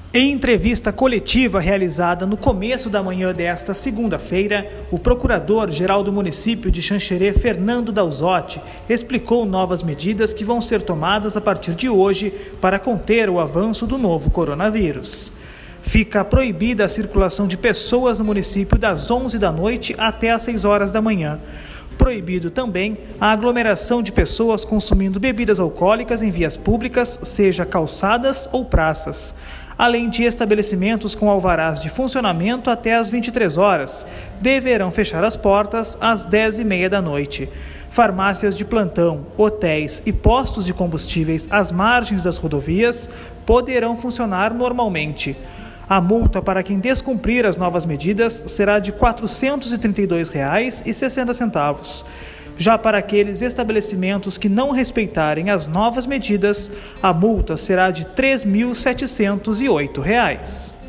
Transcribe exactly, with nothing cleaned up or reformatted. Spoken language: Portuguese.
Em entrevista coletiva realizada no começo da manhã desta segunda-feira, o procurador-geral do município de Xanxerê, Fernando Dalzotti, explicou novas medidas que vão ser tomadas a partir de hoje para conter o avanço do novo coronavírus. Fica proibida a circulação de pessoas no município das onze da noite até às seis horas da manhã. Proibido também a aglomeração de pessoas consumindo bebidas alcoólicas em vias públicas, seja calçadas ou praças, além de estabelecimentos com alvarás de funcionamento até às vinte e três horas, deverão fechar as portas às dez e meia da noite. Farmácias de plantão, hotéis e postos de combustíveis às margens das rodovias poderão funcionar normalmente. A multa para quem descumprir as novas medidas será de quatrocentos e trinta e dois reais e sessenta centavos. Já para aqueles estabelecimentos que não respeitarem as novas medidas, a multa será de três mil setecentos e oito reais.